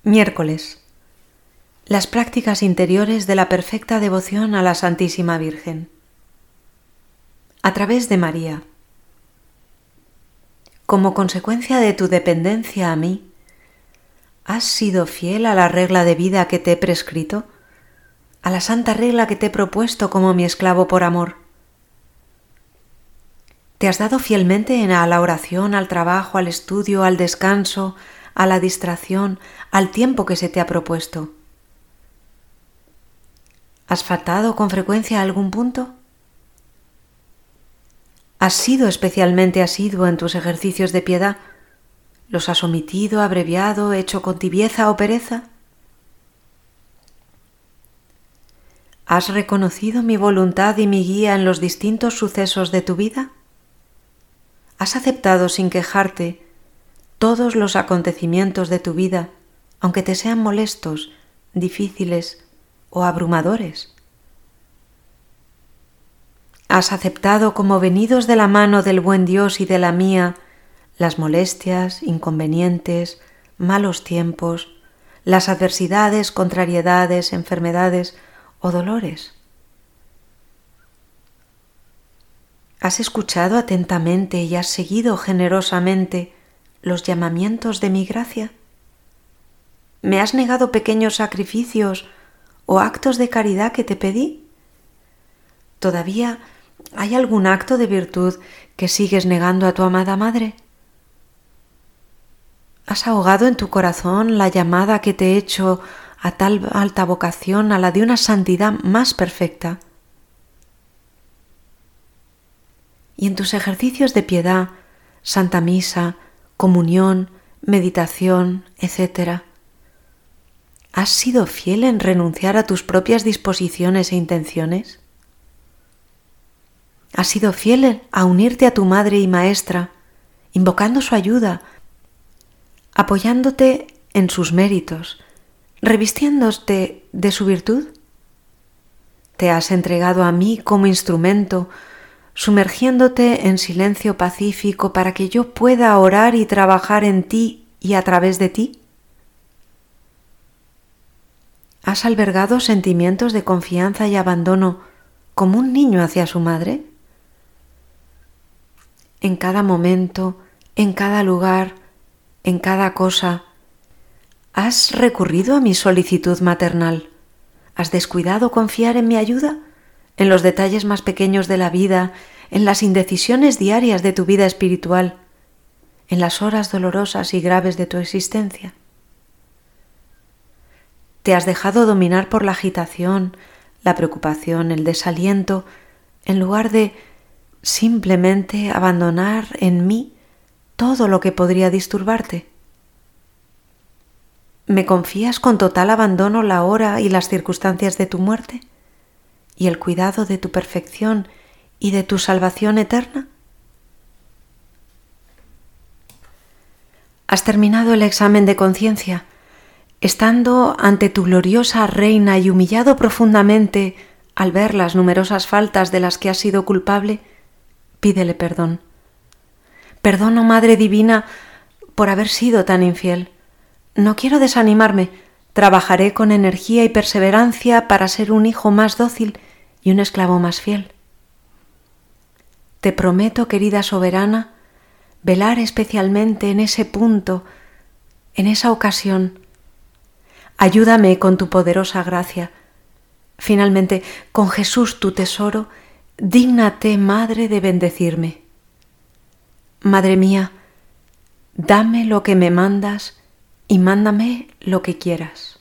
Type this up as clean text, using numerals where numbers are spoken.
Miércoles. Las prácticas interiores de la perfecta devoción a la Santísima Virgen. A través de María. Como consecuencia de tu dependencia a mí, ¿has sido fiel a la regla de vida que te he prescrito? ¿A la santa regla que te he propuesto como mi esclavo por amor? ¿Te has dado fielmente a la oración, al trabajo, al estudio, al descanso, a la distracción, al tiempo que se te ha propuesto? ¿Has faltado con frecuencia a algún punto? ¿Has sido especialmente asiduo en tus ejercicios de piedad? ¿Los has omitido, abreviado, hecho con tibieza o pereza? ¿Has reconocido mi voluntad y mi guía en los distintos sucesos de tu vida? ¿Has aceptado sin quejarte todos los acontecimientos de tu vida, aunque te sean molestos, difíciles o abrumadores? ¿Has aceptado como venidos de la mano del buen Dios y de la mía las molestias, inconvenientes, malos tiempos, las adversidades, contrariedades, enfermedades o dolores? ¿Has escuchado atentamente y has seguido generosamente los llamamientos de mi gracia? ¿Me has negado pequeños sacrificios o actos de caridad que te pedí? ¿Todavía hay algún acto de virtud que sigues negando a tu amada Madre? ¿Has ahogado en tu corazón la llamada que te he hecho a tal alta vocación, a la de una santidad más perfecta? Y en tus ejercicios de piedad, Santa Misa, comunión, meditación, etc., ¿has sido fiel en renunciar a tus propias disposiciones e intenciones? ¿Has sido fiel a unirte a tu Madre y Maestra, invocando su ayuda, apoyándote en sus méritos, revistiéndote de su virtud? ¿Te has entregado a mí como instrumento, sumergiéndote en silencio pacífico para que yo pueda orar y trabajar en ti y a través de ti? ¿Has albergado sentimientos de confianza y abandono como un niño hacia su madre? En cada momento, en cada lugar, en cada cosa, ¿has recurrido a mi solicitud maternal? ¿Has descuidado confiar en mi ayuda? ¿En los detalles más pequeños de la vida, en las indecisiones diarias de tu vida espiritual, en las horas dolorosas y graves de tu existencia? ¿Te has dejado dominar por la agitación, la preocupación, el desaliento, en lugar de simplemente abandonar en mí todo lo que podría disturbarte? ¿Me confías con total abandono la hora y las circunstancias de tu muerte y el cuidado de tu perfección y de tu salvación eterna? ¿Has terminado el examen de conciencia, estando ante tu gloriosa Reina y humillado profundamente al ver las numerosas faltas de las que has sido culpable? Pídele perdón. Perdón, oh Madre Divina, por haber sido tan infiel. No quiero desanimarme. Trabajaré con energía y perseverancia para ser un hijo más dócil y un esclavo más fiel. Te prometo, querida soberana, velar especialmente en ese punto, en esa ocasión. Ayúdame con tu poderosa gracia. Finalmente, con Jesús tu tesoro, dígnate, Madre, de bendecirme. Madre mía, dame lo que me mandas y mándame lo que quieras.